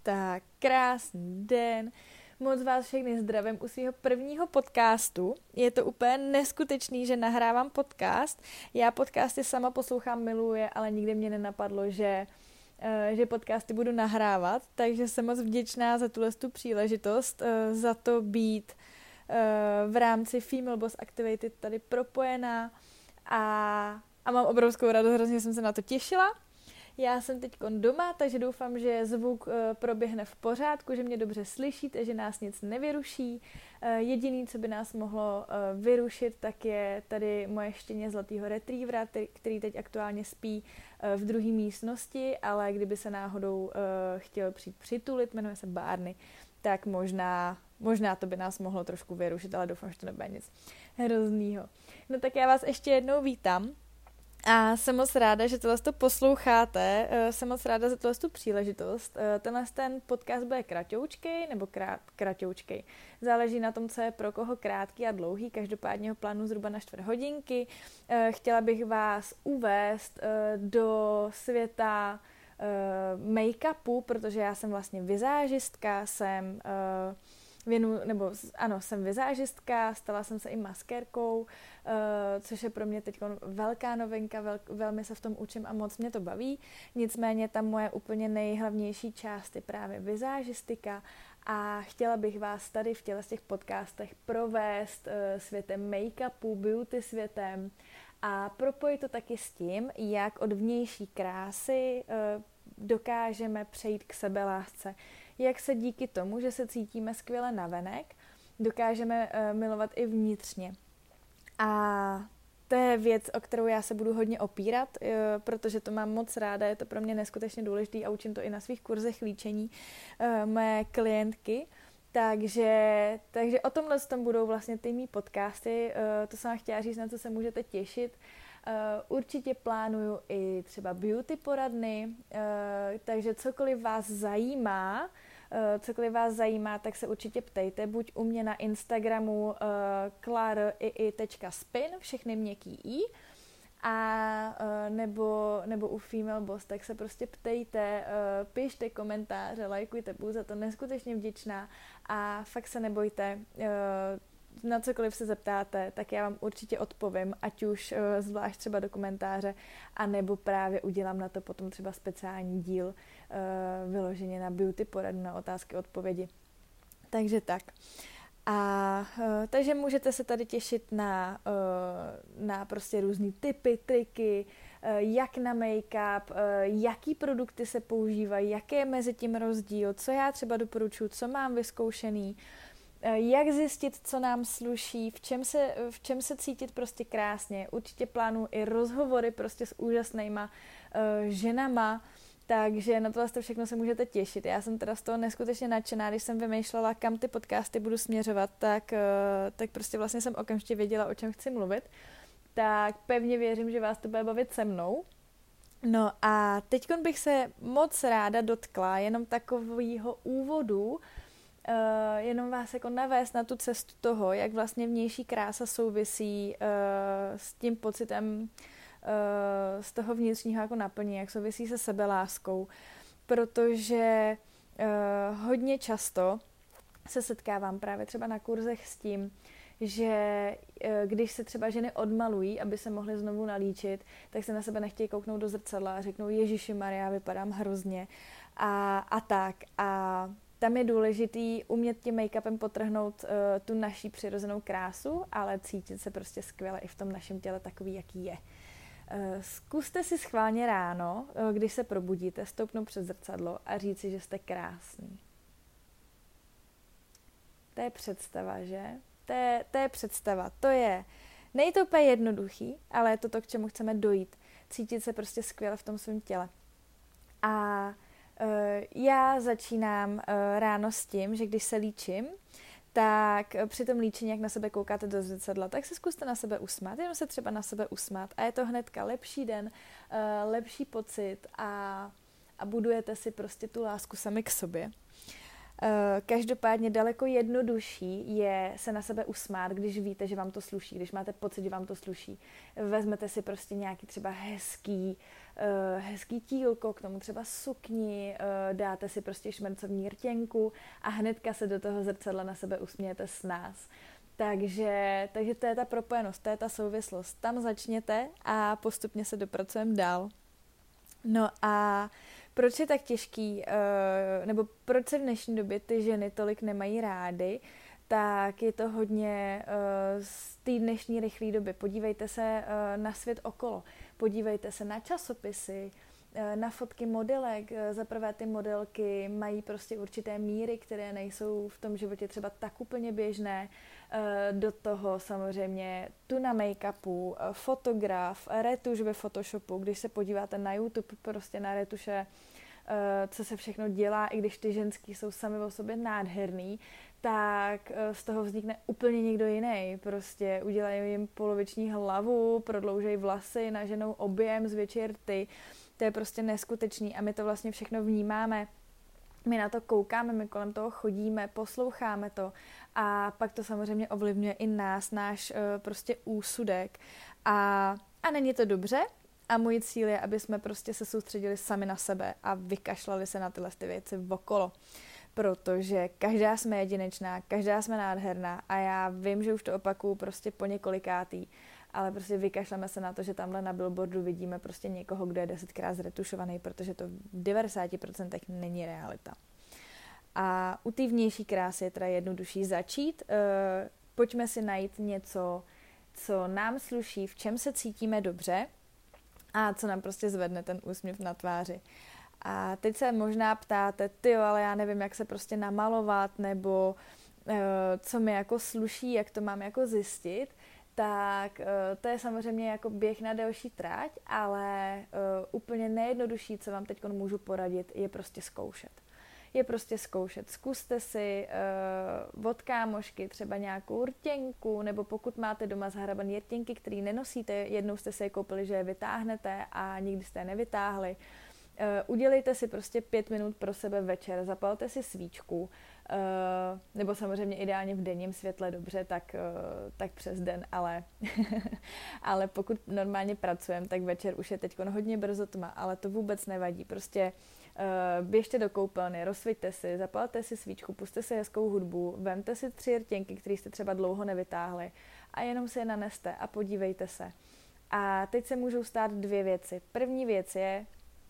Tak, krásný den. Moc vás všechny zdravím u svého prvního podcastu. Je to úplně neskutečný, že nahrávám podcast. Já podcasty sama poslouchám, miluje, ale nikdy mě nenapadlo, že podcasty budu nahrávat, takže jsem moc vděčná za tu příležitost, za to být v rámci Female Boss Activity tady propojená a mám obrovskou radost, hrozně jsem se na to těšila. Já jsem teď doma, takže doufám, že zvuk proběhne v pořádku, že mě dobře slyšíte, že nás nic nevyruší. Jediný, co by nás mohlo vyrušit, tak je tady moje štěně zlatýho retrievera, který teď aktuálně spí v druhé místnosti, ale kdyby se náhodou chtěl přijít přitulit, jmenuje se Barney, tak možná to by nás mohlo trošku vyrušit, ale doufám, že to nebude nic hroznýho. No tak já vás ještě jednou vítám. A jsem moc ráda, že tohle posloucháte, jsem moc ráda za tuhle příležitost. Ten podcast bude kratoučkej nebo kratoučkej. Záleží na tom, co je pro koho krátký a dlouhý, každopádně ho plánuji zhruba na 4 hodinky. Chtěla bych vás uvést do světa make-upu, protože já jsem vlastně vizážistka, jsem vizážistka, stala jsem se i maskérkou, což je pro mě teď velká novinka, velmi se v tom učím a moc mě to baví. Nicméně ta moje úplně nejhlavnější část je právě vizážistika a chtěla bych vás tady v těch podcastech provést světem make-upu, beauty světem a propojit to taky s tím, jak od vnější krásy dokážeme přejít k sebelásce. Jak se díky tomu, že se cítíme skvěle navenek, dokážeme milovat i vnitřně. A to je věc, o kterou já se budu hodně opírat, protože to mám moc ráda, je to pro mě neskutečně důležitý a učím to i na svých kurzech líčení mé klientky. Takže o tomhle tom budou vlastně ty mý podcasty, to jsem vám chtěla říct, na co se můžete těšit. Určitě plánuju i třeba beauty poradny, takže cokoliv vás zajímá, tak se určitě ptejte, buď u mě na Instagramu klar.spin, všechny měkký i, a nebo u Female Boss, tak se prostě ptejte, pište komentáře, lajkujte, budu za to neskutečně vděčná a fakt se nebojte, na cokoliv se zeptáte, tak já vám určitě odpovím, ať už zvlášť třeba do komentáře, anebo právě udělám na to potom třeba speciální díl vyloženě na beauty poradnu, na otázky, odpovědi. Takže tak. Takže můžete se tady těšit na prostě různý tipy, triky, jak na make-up, jaký produkty se používají, jaký je mezi tím rozdíl, co já třeba doporučuji, co mám vyzkoušený, jak zjistit, co nám sluší, v čem se cítit prostě krásně. Určitě plánuji i rozhovory prostě s úžasnýma ženama, takže na tohle všechno se můžete těšit. Já jsem teda z toho neskutečně nadšená, když jsem vymýšlela, kam ty podcasty budu směřovat, tak prostě vlastně jsem okamžitě věděla, o čem chci mluvit. Tak pevně věřím, že vás to bude bavit se mnou. No a teďkon bych se moc ráda dotkla jenom takového úvodu, jenom vás jako navést na tu cestu toho, jak vlastně vnější krása souvisí s tím pocitem z toho vnitřního jako naplnění, jak souvisí se sebeláskou, protože hodně často se setkávám právě třeba na kurzech s tím, že když se třeba ženy odmalují, aby se mohly znovu nalíčit, tak se na sebe nechtějí kouknout do zrcadla a řeknou Ježiši Maria, vypadám hrozně a tak. A tam je důležitý umět tím make-upem potrhnout tu naší přirozenou krásu, ale cítit se prostě skvěle i v tom našem těle takový, jaký je. Zkuste si schválně ráno, když se probudíte, stoupnout před zrcadlo a říct si, že jste krásný. To je představa, že? To je představa. Není to úplně jednoduchý, ale je to to, k čemu chceme dojít. Cítit se prostě skvěle v tom svém těle. A já začínám ráno s tím, že když se líčím, tak při tom líčení, jak na sebe koukáte do zrcadla, tak se zkuste na sebe usmát, jenom se třeba na sebe usmát a je to hnedka lepší den, lepší pocit a budujete si prostě tu lásku sami k sobě. Každopádně daleko jednodušší je se na sebe usmát, když víte, že vám to sluší, když máte pocit, že vám to sluší. Vezmete si prostě nějaký třeba hezký hezký tílko, k tomu třeba sukni, dáte si prostě šmercovní rtěnku a hnedka se do toho zrcadla na sebe usmějete s nás. Takže to je ta propojenost, to je ta souvislost. Tam začněte a postupně se dopracujeme dál. No a proč je tak těžký, nebo proč se v dnešní době ty ženy tolik nemají rády, tak je to hodně z té dnešní rychlé doby. Podívejte se na svět okolo, podívejte se na časopisy, na fotky modelek. Zaprvé ty modelky mají prostě určité míry, které nejsou v tom životě třeba tak úplně běžné. Do toho samozřejmě tuna make-upu, fotograf, retuš ve Photoshopu. Když se podíváte na YouTube prostě na retuše, co se všechno dělá, i když ty ženský jsou sami o sobě nádherný, tak z toho vznikne úplně někdo jiný. Prostě udělají jim poloviční hlavu, prodloužejí vlasy, naženou objem, zvětší rty. To je prostě neskutečný a my to vlastně všechno vnímáme. My na to koukáme, my kolem toho chodíme, posloucháme to a pak to samozřejmě ovlivňuje i nás, náš prostě úsudek. A není to dobře a můj cíl je, aby jsme prostě se soustředili sami na sebe a vykašlali se na tyhle ty věci okolo. Protože každá jsme jedinečná, každá jsme nádherná a já vím, že už to opakuju prostě po několikátý, ale prostě vykašleme se na to, že tamhle na billboardu vidíme prostě někoho, kdo je 10krát zretušovaný, protože to v 90% není realita. A u té vnější krásy je teda jednodušší začít. Pojďme si najít něco, co nám sluší, v čem se cítíme dobře a co nám prostě zvedne ten úsměv na tváři. A teď se možná ptáte, ale já nevím, jak se prostě namalovat, nebo co mi jako sluší, jak to mám jako zjistit, tak to je samozřejmě jako běh na delší trať, ale úplně nejjednodušší, co vám teď můžu poradit, je prostě zkoušet. Zkuste si od kámošky třeba nějakou rtěnku, nebo pokud máte doma zahrabané rtěnky, které nenosíte, jednou jste si je koupili, že je vytáhnete a nikdy jste je nevytáhli. Udělejte si prostě 5 minut pro sebe večer, zapalte si svíčku, nebo samozřejmě ideálně v denním světle dobře, tak přes den, ale pokud normálně pracujeme, tak večer už je teď hodně brzo tma, ale to vůbec nevadí, prostě běžte do koupelny, rozsvíťte si, zapalte si svíčku, pusťte si hezkou hudbu, vemte si 3 rtěnky, které jste třeba dlouho nevytáhli a jenom si je naneste a podívejte se. A teď se můžou stát 2 věci. První věc je,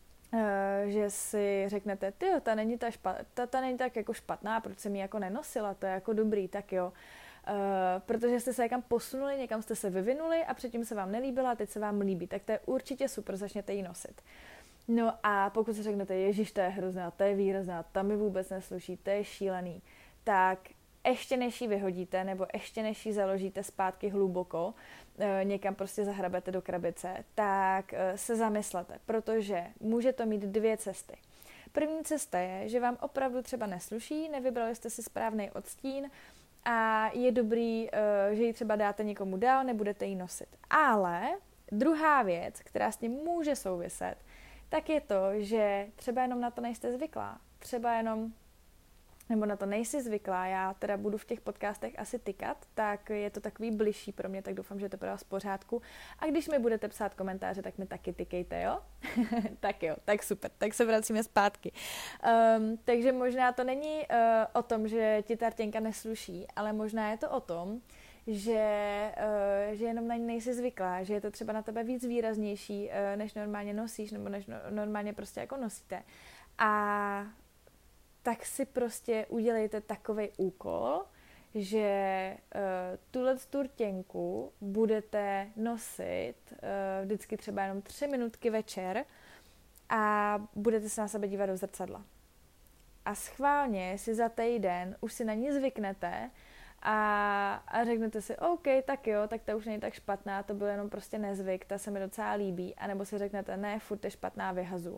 že si řeknete, ta není tak jako špatná, proč jsem ji jako nenosila, to je jako dobrý, tak jo. Protože jste se někam posunuli, někam jste se vyvinuli a předtím se vám nelíbila a teď se vám líbí, tak to je určitě super, začněte ji nosit. No a pokud si řeknete, ježiš, to je hrozná, to je výrazná, ta mi vůbec nesluší, to je šílený, tak ještě než ji vyhodíte, nebo ještě než ji založíte zpátky hluboko, někam prostě zahrabete do krabice, tak se zamyslete, protože může to mít 2 cesty. První cesta je, že vám opravdu třeba nesluší, nevybrali jste si správný odstín a je dobrý, že ji třeba dáte někomu dál, nebudete ji nosit. Ale druhá věc, která s tím může souviset, tak je to, že třeba jenom na to nejste zvyklá. Třeba jenom, nebo na to nejsi zvyklá, já teda budu v těch podcastech asi tykat, tak je to takový bližší pro mě, tak doufám, že je to pro vás v pořádku. A když mi budete psát komentáře, tak mi taky tykejte, jo? Tak jo, tak super, tak se vracíme zpátky. Takže možná to není o tom, že ti ta rtěnka nesluší, ale možná je to o tom, že jenom na ní nejsi zvyklá, že je to třeba na tebe víc výraznější, než normálně nosíš, nebo než normálně prostě jako nosíte. A tak si prostě udělejte takovej úkol, že tu rtěnku budete nosit vždycky třeba jenom 3 minutky večer a budete se na sebe dívat do zrcadla. A schválně si za týden už si na ní zvyknete a řeknete si, OK, tak jo, tak ta už není tak špatná, to byl jenom prostě nezvyk, ta se mi docela líbí, anebo si řeknete, ne, furt je špatná, vyhazu.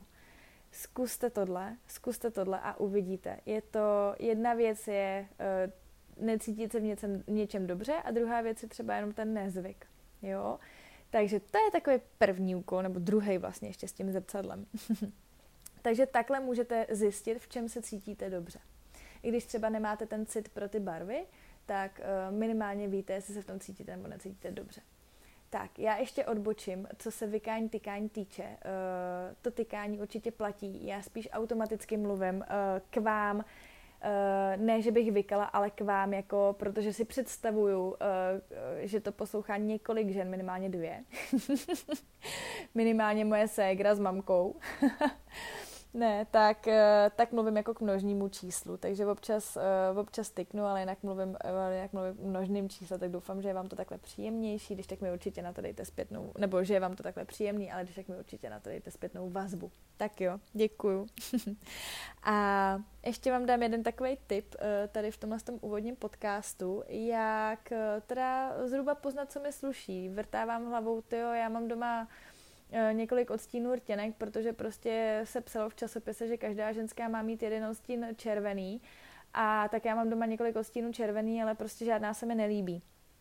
Zkuste tohle a uvidíte. Je to, jedna věc je necítit se v něčem dobře a druhá věc je třeba jenom ten nezvyk. Jo? Takže to je takový první úkol, nebo druhý vlastně ještě s tím zrcadlem. Takže takhle můžete zjistit, v čem se cítíte dobře. I když třeba nemáte ten cit pro ty barvy, tak minimálně víte, jestli se v tom cítíte nebo necítíte dobře. Tak, já ještě odbočím, co se vykání, tykání týče. To tykání určitě platí. Já spíš automaticky mluvím k vám, ne, že bych vykala, ale k vám, jako, protože si představuju, že to poslouchá několik žen, minimálně 2. Minimálně moje ségra s mamkou. Ne, tak mluvím jako k množnímu číslu, takže občas tyknu, ale jinak mluvím množným čísle, tak doufám, že je vám to takhle příjemnější, když tak mi určitě na to dejte zpětnou, nebo že je vám to takhle příjemný, ale když tak mi určitě na to dejte zpětnou vazbu. Tak jo, děkuju. A ještě vám dám jeden takový tip tady v tomhle úvodním podcastu, jak teda zhruba poznat, co mi sluší. Vrtávám hlavou, já mám doma několik odstínů rtěnek, protože prostě se psalo v časopise, že každá ženská má mít jeden odstín červený a tak já mám doma několik odstínů červený, ale prostě žádná se mi nelíbí.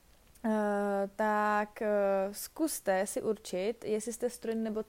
Tak zkuste si určit, jestli jste studený nebo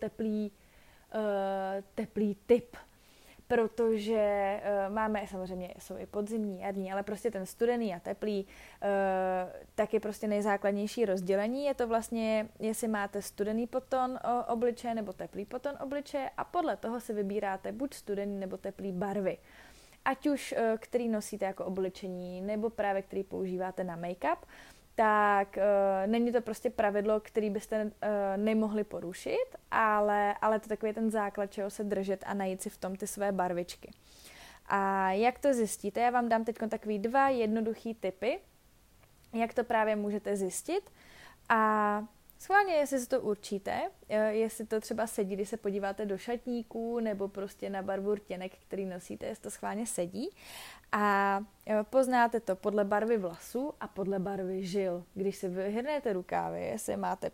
teplý typ, protože máme, samozřejmě jsou i podzimní, jarní, ale prostě ten studený a teplý tak je prostě nejzákladnější rozdělení. Je to vlastně, jestli máte studený podton obličeje nebo teplý podton obličeje a podle toho si vybíráte buď studený nebo teplý barvy. Ať už který nosíte jako obličení nebo právě který používáte na make-up, tak není to prostě pravidlo, který byste nemohli porušit, ale to takový ten základ, čeho se držet a najít si v tom ty své barvičky. A jak to zjistíte? Já vám dám teď takový 2 jednoduchý tipy, jak to právě můžete zjistit. A schválně, jestli si to určíte, jestli to třeba sedí, když se podíváte do šatníků, nebo prostě na barvu rtěnek, který nosíte, jestli to schválně sedí. A poznáte to podle barvy vlasů a podle barvy žil. Když si vyhrnete rukávy, jestli máte,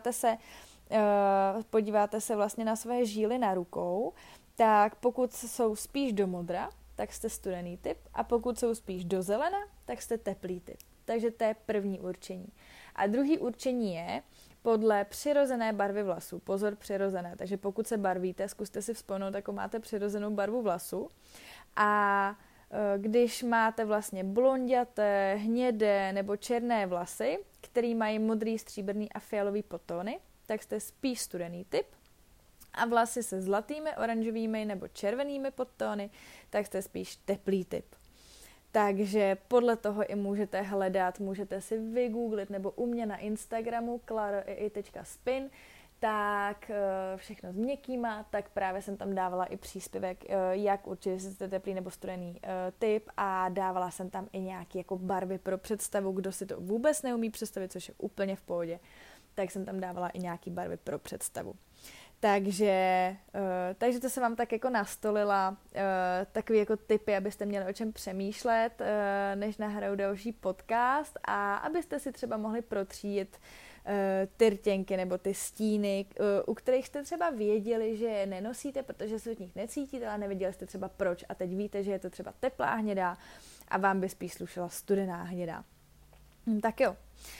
podíváte se vlastně na své žíly na rukou, tak pokud jsou spíš do modra, tak jste studený typ a pokud jsou spíš do zelena, tak jste teplý typ. Takže to je první určení. A druhý určení je podle přirozené barvy vlasů. Pozor, přirozené. Takže pokud se barvíte, zkuste si vzpomenout, jako máte přirozenou barvu vlasu. A když máte vlastně blonďaté, hnědé nebo černé vlasy, který mají modrý, stříbrný a fialový podtóny, tak jste spíš studený typ. A vlasy se zlatými, oranžovými nebo červenými podtóny, tak jste spíš teplý typ. Takže podle toho i můžete hledat, můžete si vygooglit nebo u mě na Instagramu clarai.spin, tak všechno s měkkýma, tak právě jsem tam dávala i příspěvek, jak určit, jestli jste teplý nebo studený typ a dávala jsem tam i nějaké jako barvy pro představu, kdo si to vůbec neumí představit, což je úplně v pohodě, tak jsem tam dávala i nějaké barvy pro představu. Takže to jsem vám tak jako nastolila, takový jako tipy, abyste měli o čem přemýšlet, než nahraju další podcast a abyste si třeba mohli protřídit ty rtěnky nebo ty stíny, u kterých jste třeba věděli, že je nenosíte, protože se od nich necítíte, ale nevěděli jste třeba proč a teď víte, že je to třeba teplá hnědá a vám by spíš slušela studená hnědá. Tak jo.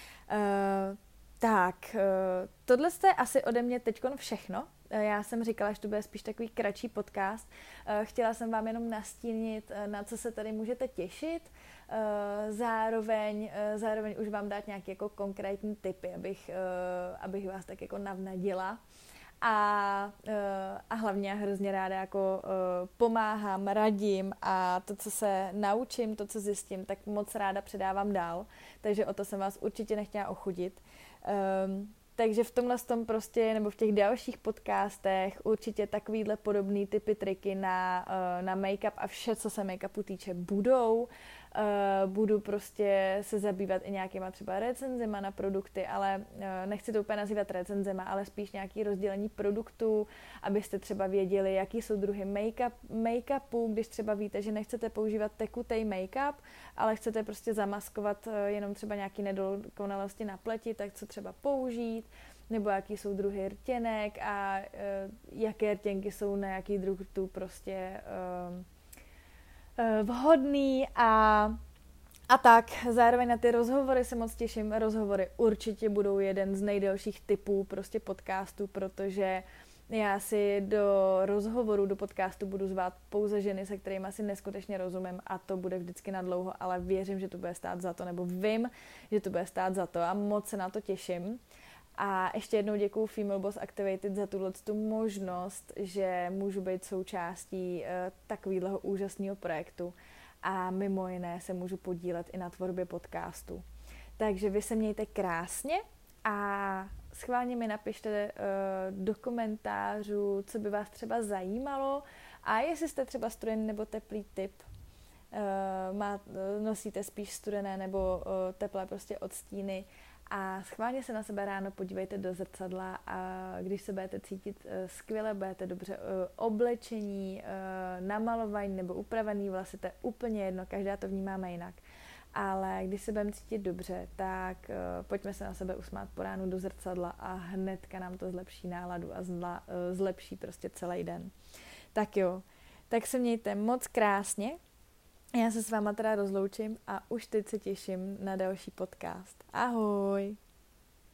Tohle je asi ode mě teďkon všechno. Já jsem říkala, že to bude spíš takový kratší podcast. Chtěla jsem vám jenom nastínit, na co se tady můžete těšit. Zároveň už vám dát nějaké jako konkrétní tipy, abych vás tak jako navnadila. A hlavně já hrozně ráda jako pomáhám, radím a to, co se naučím, to, co zjistím, tak moc ráda předávám dál. Takže o to jsem vás určitě nechtěla ochudit. Takže v tomhle tom prostě, nebo v těch dalších podcastech určitě takovýhle podobný typy, triky na make-up a vše, co se make-upu týče, budou. Budu prostě se zabývat i nějakýma třeba recenzema na produkty, ale nechci to úplně nazývat recenzema, ale spíš nějaký rozdělení produktů, abyste třeba věděli, jaký jsou druhy make-upu, když třeba víte, že nechcete používat tekutej make-up, ale chcete prostě zamaskovat jenom třeba nějaký nedokonalosti na pleti, tak co třeba použít, nebo jaký jsou druhy rtěnek a jaké rtěnky jsou na jaký druh tu prostě vhodný a tak. Zároveň na ty rozhovory se moc těším. Rozhovory určitě budou jeden z nejdelších typů prostě podcastů, protože já si do rozhovoru, do podcastu budu zvát pouze ženy, se kterými si neskutečně rozumím a to bude vždycky na dlouho, ale věřím, že to bude stát za to, nebo vím, že to bude stát za to a moc se na to těším. A ještě jednou děkuju Female Boss Activated za tu možnost, že můžu být součástí takového úžasného projektu a mimo jiné se můžu podílet i na tvorbě podcastu. Takže vy se mějte krásně a schválně mi napište do komentářů, co by vás třeba zajímalo a jestli jste třeba studený nebo teplý typ, nosíte spíš studené nebo teplé prostě odstíny a schválně se na sebe ráno podívejte do zrcadla a když se budete cítit skvěle, budete dobře oblečení, namalovaní nebo upravený vlasy, to je úplně jedno, každá to vnímáme jinak. Ale když se budeme cítit dobře, tak pojďme se na sebe usmát po ránu do zrcadla a hnedka nám to zlepší náladu a zlepší prostě celý den. Tak jo, tak se mějte moc krásně. Já se s váma teda rozloučím a už teď se těším na další podcast. Ahoj!